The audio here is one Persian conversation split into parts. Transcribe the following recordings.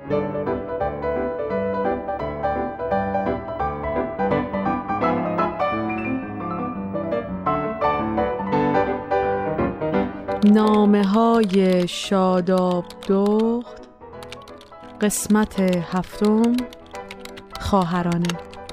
نامه‌های شاداب دخت، قسمت 7، خواهرانه.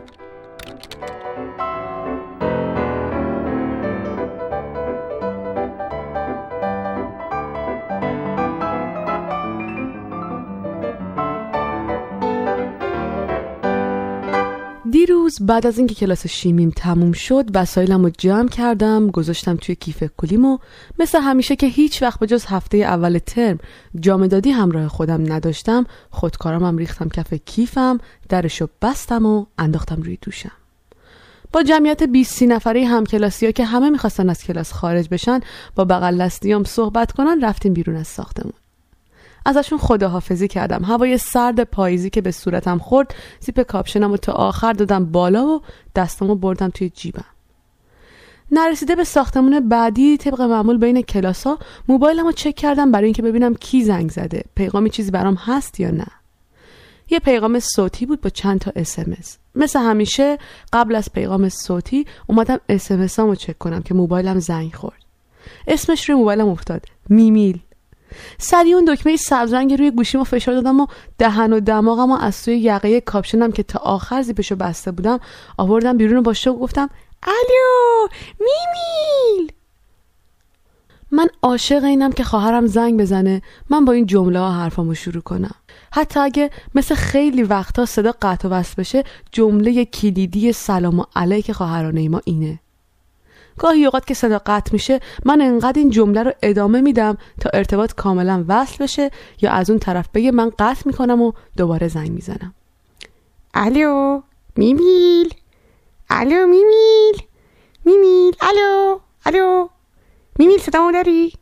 دیروز بعد از اینکه کلاس شیمیم تموم شد وسایلمو جمع کردم، گذاشتم توی کیف کلیم و مثل همیشه که هیچ وقت به جز هفته اول ترم جامدادی همراه خودم نداشتم، خودکارامم ریختم کف کیفم، درشو بستم و انداختم روی دوشم. با جمعیت 20-30 نفره همکلاسی‌ها که همه میخواستن از کلاس خارج بشن، با بغل دستیام صحبت کنن، رفتیم بیرون از ساختمون. ازشون خداحافظی کردم. هوای سرد پاییزی که به صورتم خورد، زیپ کاپشنمو تا آخر دادم بالا و دستامو بردم توی جیبم. نرسیده به ساختمون بعدی، طبق معمول بین کلاس‌ها موبایلمو چک کردم برای اینکه ببینم کی زنگ زده، پیغامی چیزی برام هست یا نه. یه پیغام صوتی بود با چند تا SMS. مثل همیشه قبل از پیغام صوتی اومدم SMSامو چک کنم که موبایلم زنگ خورد. اسمش روی موبایلم افتاد، میمیل. سریع اون دکمه سبز رنگ روی گوشیمو فشار دادم و دهن و دماغمو از توی یقه کاپشنم که تا آخر زیپشو بسته بودم آوردم بیرون و با شوق گفتم الو میمیل. من عاشق اینم که خواهرم زنگ بزنه من با این جمله ها حرفامو شروع کنم، حتی اگه مثل خیلی وقتا صدا قطع و وصل بشه. جمله کلیدی سلام علیک خواهرانه ما اینه. گاهی اوقات که صدا قطع میشه من انقدر این جمله رو ادامه میدم تا ارتباط کاملا وصل بشه یا از اون طرف بگه من قطع میکنم و دوباره زنگ میزنم. الو میمیل، الو میمیل، میمیل، الو الو میمیل، صدامو داری؟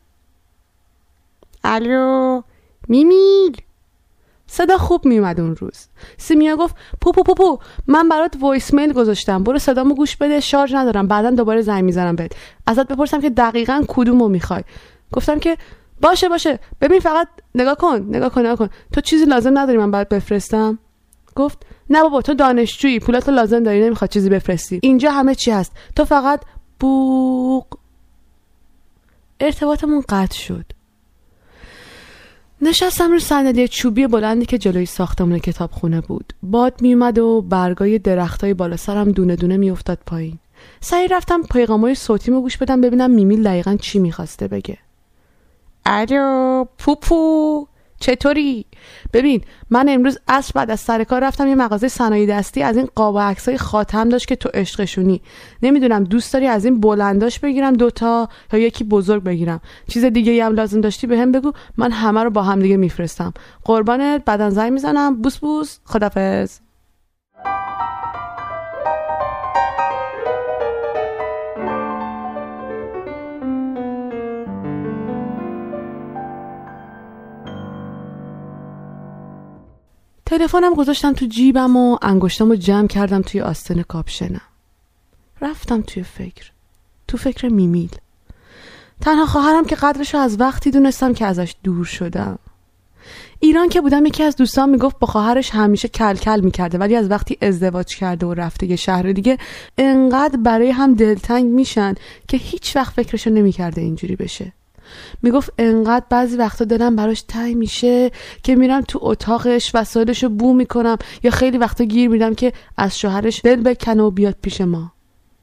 الو میمیل. صدا خوب میومد اون روز. سیمیا گفت پو پو پو پو من برات وایس میل گذاشتم، برو صدامو گوش بده، شارژ ندارم، بعداً دوباره زنگ میزنم بهت، ازت بپرسم که دقیقاً کدومو میخوای. گفتم که باشه ببین فقط نگاه کن تو چیزی لازم نداری من برات بفرستم؟ گفت نه بابا تو دانشجویی، پولاتو لازم داری، نمیخواد چیزی بفرستی، اینجا همه چی هست، تو فقط بوق. ارتباطمون قطع شد. نشستم روی صندلی چوبی بلندی که جلوی ساختمون کتابخونه بود. باد میومد و برگای درختای بالا سرم دونه دونه میافتاد پایین. سعی رفتم پیغامای صوتیمو گوش بدم ببینم میمیل دقیقاً چی میخواسته بگه. الو پوپو چطوری؟ ببین من امروز عصر بعد از سر کار رفتم یه مغازه صنایع دستی، از این قاب و عکسای خاتم داشت که تو عشقشونی. نمیدونم دوست داری از این بلنداش بگیرم 2 تا یا یکی بزرگ بگیرم؟ چیز دیگه هم لازم داشتی بهم بگو، من همه رو با هم دیگه میفرستم. قربانت، بعدن زنگ میزنم. بوس بوس، خدافظ. تلفنم گذاشتم تو جیبم و انگشتامو جمع کردم توی آستین کاپشنم. رفتم تو فکر میمیل. تنها خواهرم که قدرشو از وقتی دونستم که ازش دور شدم. ایران که بودم یکی از دوستان میگفت با خواهرش همیشه کلکل میکرده، ولی از وقتی ازدواج کرده و رفته یه شهر دیگه انقدر برای هم دلتنگ میشن که هیچ وقت فکرشو نمیکرده اینجوری بشه. میگفت انقدر بعضی وقتا دلم براش تنگ میشه که میرم تو اتاقش وسایلشو بو میکنم یا خیلی وقتا گیر میدم که از شوهرش دل بکنه و بیاد پیش ما.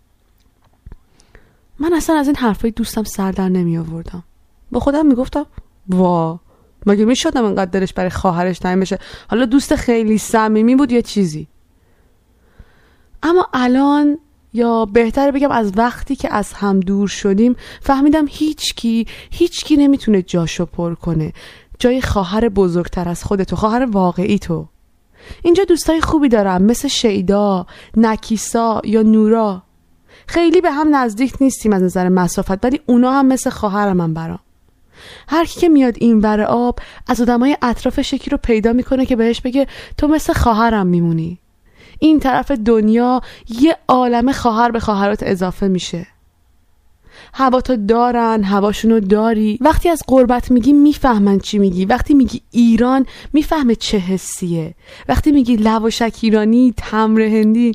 من اصلا از این حرفای دوستم سر در نمی آوردم. با خودم میگفتم وا مگه میشدم انقدر دلش برای خواهرش تنگ بشه، حالا دوست خیلی صمیمی بود یا چیزی. اما الان، یا بهتره بگم از وقتی که از هم دور شدیم، فهمیدم هیچ کی نمیتونه جاشو پر کنه، جای خواهر بزرگتر از خودتو، خواهر واقعی تو. اینجا دوستای خوبی دارم مثل شیدا، نکیسا یا نورا. خیلی به هم نزدیک نیستیم از نظر مسافت، ولی اونا هم مثل خواهرم من برام. هر کی که میاد این ور آب از آدمای اطرافش یکی رو پیدا میکنه که بهش بگه تو مثل خواهرم میمونی. این طرف دنیا یه عالمه خواهر به خواهرات اضافه میشه. هوا تو دارن، هواشونو داری. وقتی از غربت میگی میفهمن چی میگی. وقتی میگی ایران میفهمه چه حسیه. وقتی میگی لواشک ایرانی، تمر هندی،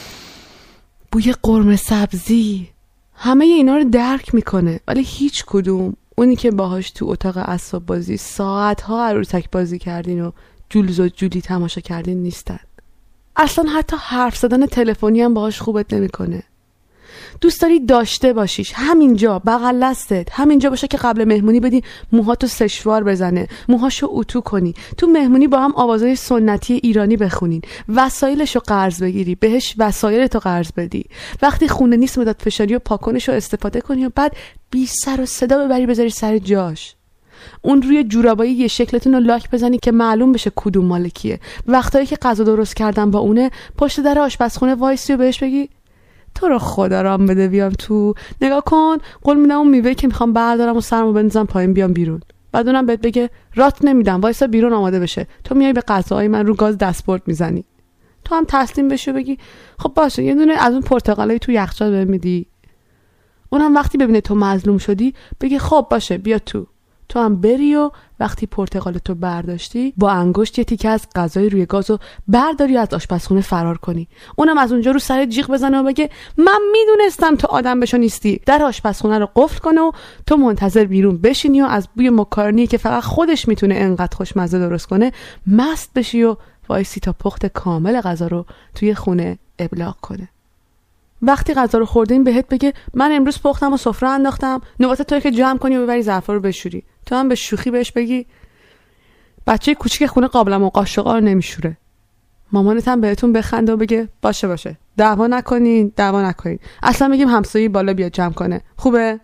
بوی قرمه سبزی، همه اینا رو درک میکنه. ولی هیچ کدوم اونی که باهاش تو اتاق اسباب بازی ساعتها عروسک بازی کردین و جولز و جولی تماشا کردین نیستن. اصلا حتی حرف زدن تلفنی هم باهاش خوبت نمیکنه. دوست داری داشته باشیش همینجا بغل دستت، همینجا باشه که قبل مهمونی بدی موهاتو سشوار بزنه، موهاشو اتو کنی، تو مهمونی با هم آوازهای سنتی ایرانی بخونین، وسایلشو قرض بگیری، بهش وسایلتو قرض بدی، وقتی خونه نیست مداد فشاری و پاکنشو استفاده کنی و بعد بی سر و صدا ببری بذاری سر جاش. اون روی جورابایی یه شکلتون رو لاک بزنی که معلوم بشه کدوم مالکیه. وقتایی که غذا درست کردن با اونه پشت در آشپزخونه وایسی و بهش بگی تو رو خدا رام بده بیام تو، نگاه کن قول میدم اون میوه که میخوام بردارم و سرمو بندازم پایین بیام بیرون. بعد اونم بهت بگه رات نمیدم، وایسا بیرون آماده بشه. تو میای به غذاهای من رو گاز دستبرد میزنی. تو هم تسلیم بشی و بگی خب باشه یه دونه از اون پرتقالای تو یخچال بهم میدی. اونم وقتی ببینه تو مظلوم شدی بگه خب باشه بیا تو. تو هم بری و وقتی پرتقالتو برداشتی با انگشت یه تیکه از غذای روی گازو برداری از آشپزخونه فرار کنی. اونم از اونجا رو سر جیغ بزنه و بگه من میدونستم تو آدم بشو نیستی. در آشپزخونه رو قفل کنه و تو منتظر بیرون بشینی و از بوی مکارونی که فقط خودش میتونه انقدر خوشمزه درست کنه مست بشی و وایسی تا پخت کامل غذا رو توی خونه ابلاغ کنه. وقتی غذا رو خوردین بهت بگه من امروز پختم و سفره انداختم، نوبت توئه که جمع کنی و ببری ظرفا رو بشوری. تو هم به شوخی بهش بگی بچه کوچیک خونه قابلمه و قاشقا رو نمیشوره. مامانت هم بهتون بخنده و بگه باشه دعوا نکنین اصلا میگیم همسایه بالا بیاد جمع کنه. خوبه؟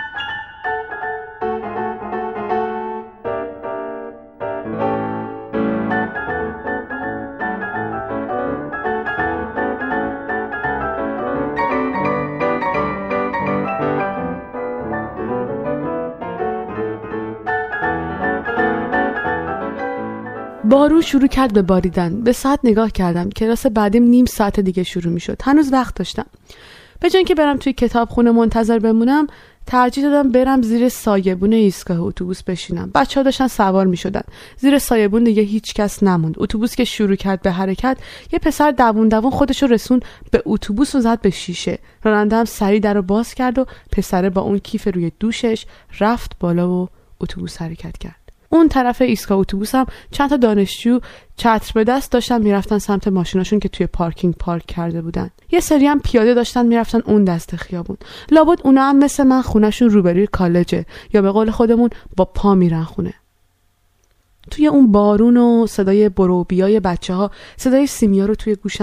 بارون شروع کرد به باریدن. به ساعت نگاه کردم. کلاس بعدیم نیم ساعت دیگه شروع میشد. هنوز وقت داشتم. به جای اینکه برم توی کتابخونه منتظر بمونم، ترجیح دادم برم زیر سایبون ایستگاه اتوبوس بشینم. بچه‌ها داشتن سوار میشدن. زیر سایبون دیگه هیچ کس نموند. اتوبوس که شروع کرد به حرکت، یه پسر دوون خودشو رسون به اتوبوس و زد به شیشه. راننده هم سریع درو باز کرد و پسر با اون کیف روی دوشش رفت بالا و اتوبوس حرکت کرد. اون طرف ایستگاه اتوبوس هم چند تا دانشجو چتر به دست داشتن میرفتن سمت ماشیناشون که توی پارکینگ پارک کرده بودن. یه سری هم پیاده داشتن میرفتن اون دست خیابون. لابد اونا هم مثل من خونه‌شون روبروی کالجه یا به قول خودمون با پا میرن خونه. توی اون بارون و صدای بروبیای بچه‌ها، صدای سیمیا رو توی گوشم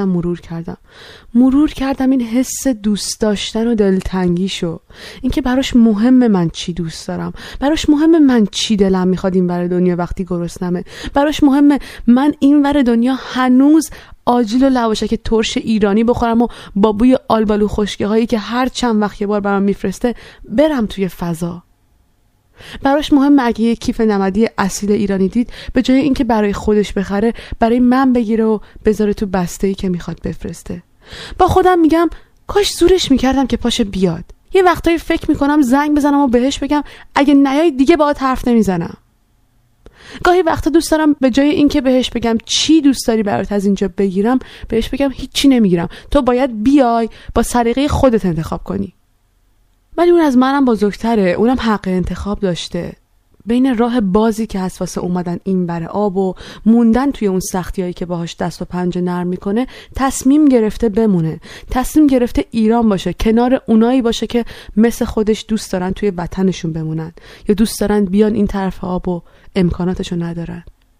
مرور کردم این حس دوست داشتن و دلتنگیشو، اینکه براش مهمه من چی دوست دارم، براش مهمه من چی دلم میخواد این ور دنیا وقتی گرسنمه، براش مهمه من این ور دنیا هنوز آجیل و لواشک ترش ایرانی بخورم و با بوی آلبالو خشکه هایی که هر چند وقت یه بار برام میفرسته برم توی فضا. براش مهم اگه یه کیف نمدی اصیل ایرانی دید به جای اینکه برای خودش بخره برای من بگیره و بذاره تو بسته‌ای که میخواد بفرسته. با خودم میگم کاش زورش میکردم که پاشه بیاد. یه وقتایی فکر میکنم زنگ بزنم و بهش بگم اگه نیای دیگه باهات حرف نمیزنم. گاهی وقتا دوست دارم به جای اینکه بهش بگم چی دوست داری برات از اینجا بگیرم بهش بگم هیچی نمیگیرم، تو باید بیای با سلیقه خودت انتخاب کنی. ولی اون از منم بزرگتره، اونم حق انتخاب داشته. بین راه بازی که هست واسه اومدن این بر آب و موندن توی اون سختیایی که باهاش دست و پنجه نرم میکنه تصمیم گرفته بمونه، تصمیم گرفته ایران باشه، کنار اونایی باشه که مثل خودش دوست دارن توی وطنشون بمونن یا دوست دارن بیان این طرف آب و امکاناتشو ندارن.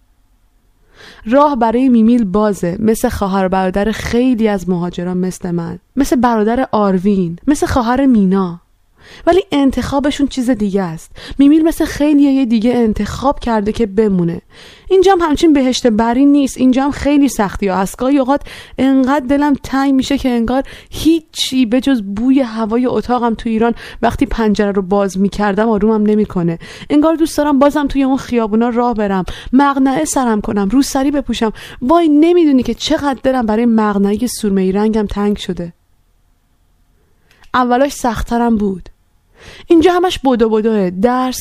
راه برای میمیل بازه، مثل خواهر و برادر خیلی از مهاجران مثل من، مثل برادر آروین، مثل خواهر مینا. ولی انتخابشون چیز دیگه است. میمیل مثل خیلیه دیگه انتخاب کرده که بمونه. اینجا هم همچین بهشت بری نیست، اینجا هم خیلی سختی ها هست. گاهی اوقات انقدر دلم تنگ میشه که انگار هیچی به جز بوی هوای اتاقم تو ایران وقتی پنجره رو باز میکردم آرومم نمیکنه. انگار دوست دارم بازم توی اون خیابونا راه برم، مقنعه سرم کنم، روسری بپوشم. وای نمیدونی که چقدر دلم برای مقنعه سرمه‌ای رنگم تنگ شده. اولاش سخت‌ترم بود. اینجا همش بدوه، درس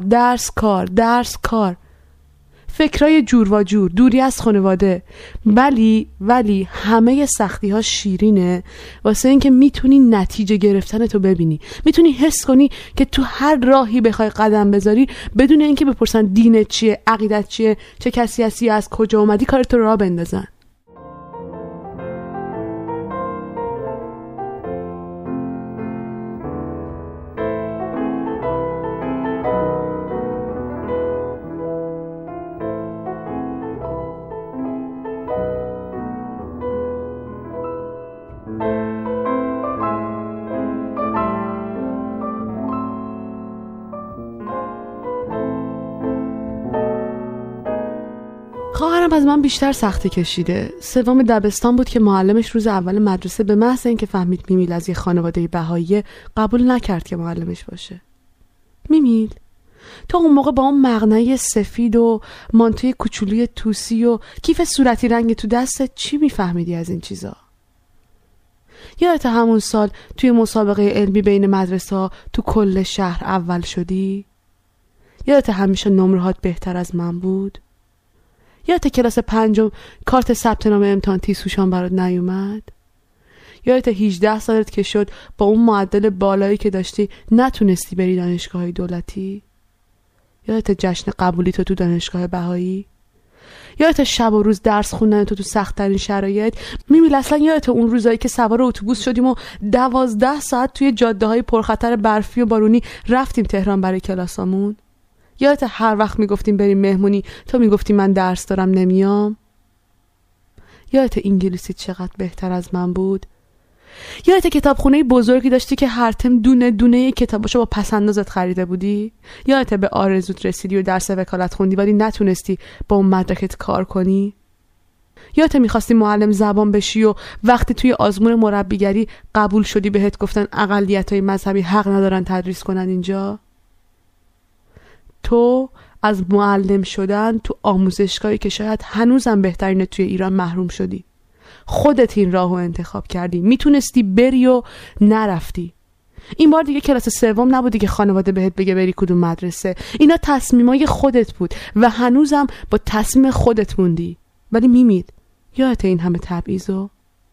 کار، فکرای جور و جور، دوری از خانواده. ولی همه سختی ها شیرینه واسه این که میتونی نتیجه گرفتن تو ببینی، میتونی حس کنی که تو هر راهی بخوای قدم بذاری بدون اینکه بپرسن دینت چیه، عقیدت چیه، چه کسی هستی، از کجا اومدی، کارتو راه بندازن. خواهرم از من بیشتر سختی کشیده. سوم دبستان بود که معلمش روز اول مدرسه به محض اینکه فهمید میمیل از یه خانواده بهایی قبول نکرد که معلمش باشه. میمیل، تو اون موقع با اون مقنعه سفید و مانتوی کوچولوی توسی و کیف صورتی رنگ تو دستت چی میفهمیدی از این چیزا؟ یادت همون سال توی مسابقه علمی بین مدرسه ها تو کل شهر اول شدی؟ یادت همیشه نمرهات بهتر از من بود؟ یادت کلاس 5 کارت ثبت نام امتحان تیسوشان برات نیومد؟ یادت 18 سالت که شد با اون معدل بالایی که داشتی نتونستی بری دانشگاه دولتی؟ یادت جشن قبولی تو دانشگاه بهایی؟ یادت شب و روز درس خوندن تو سخت‌ترین شرایط؟ میمیل اصلا یادت اون روزایی که سوار اتوبوس شدیم و 12 ساعت توی جاده‌های پرخطر برفی و بارونی رفتیم تهران برای کلاسامون؟ یادت هر وقت میگفتیم بریم مهمونی تو میگفتی من درس دارم نمیام؟ یادت انگلیسی چقدر بهتر از من بود؟ یادت کتابخونه بزرگی داشتی که هر ترم دونه دونه کتاباشو با پسندازت خریده بودی؟ یادت به آرزوت رسیدی و درس وکالت خوندی ولی نتونستی با اون مدرکت کار کنی؟ یادت میخواستی معلم زبان بشی و وقتی توی آزمون مربیگری قبول شدی بهت گفتن اقلیت‌های مذهبی حق ندارن تدریس کنن اینجا؟ تو از معلم شدن تو آموزشگاهی که شاید هنوزم بهترینه توی ایران محروم شدی. خودت این راهو انتخاب کردی، میتونستی بری و نرفتی. این بار دیگه کلاس 3 نبودی که خانواده بهت بگه بری کدوم مدرسه. اینا تصمیمای خودت بود و هنوزم با تصمیم خودت موندی. ولی میمید یادت این همه تبعیضو؟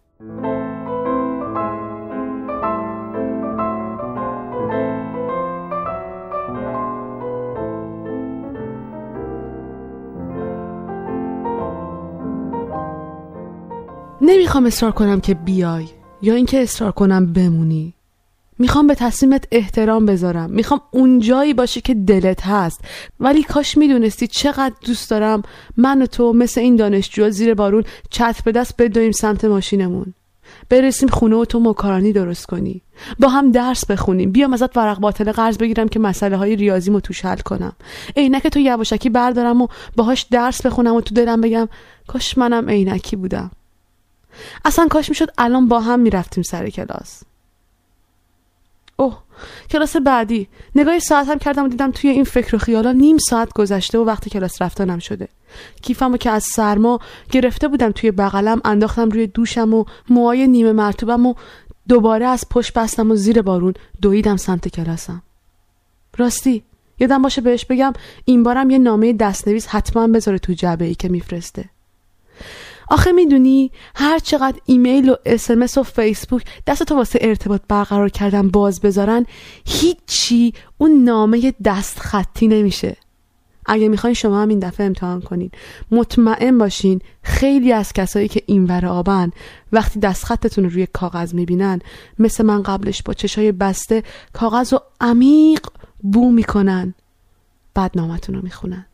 نمیخوام اصرار کنم که بیای یا اینکه اصرار کنم بمونی. میخوام به تصمیمت احترام بذارم. میخوام اونجایی باشی که دلت هست. ولی کاش میدونستی چقدر دوست دارم من و تو مثل این دانشجوها زیر بارون چتر به دست بدویم سمت ماشینمون. برسیم خونه و تو ماکارونی درست کنی. با هم درس بخونیم. بیام ازت ورق باطل قرض بگیرم که مسئله های ریاضیمو توش حل کنم. عینک تو یواشکی بردارم و باهاش درس بخونم و تو دلم بگم کاش منم عینکی بودم. اصلا کاش میشد الان با هم میرفتیم سر کلاس. اوه، کلاس بعدی. نگاه ساعتم کردم و دیدم توی این فکر و خیالا نیم ساعت گذشته و وقت کلاس رفتنم شده. کیفمو که از سرما گرفته بودم توی بغلم انداختم روی دوشم و موهای نیمه مرطوبم و دوباره از پشت بستم و زیر بارون دویدم سمت کلاسم. راستی یادم باشه بهش بگم این بارم یه نامه دستنویس حتما بذاره تو جعبه‌ای که میفرسته. آخه میدونی هر چقدر ایمیل و اسمس و فیسبوک دستتو واسه ارتباط برقرار کردن باز بذارن هیچی اون نامه دست خطی نمیشه. اگه میخواین شما هم این دفعه امتحان کنین مطمئن باشین خیلی از کسایی که اینور آبن وقتی دست خطتون رو روی کاغذ میبینن مثل من قبلش با چشای بسته کاغذ رو عمیق بو میکنن بعد نامتون رو میخونن.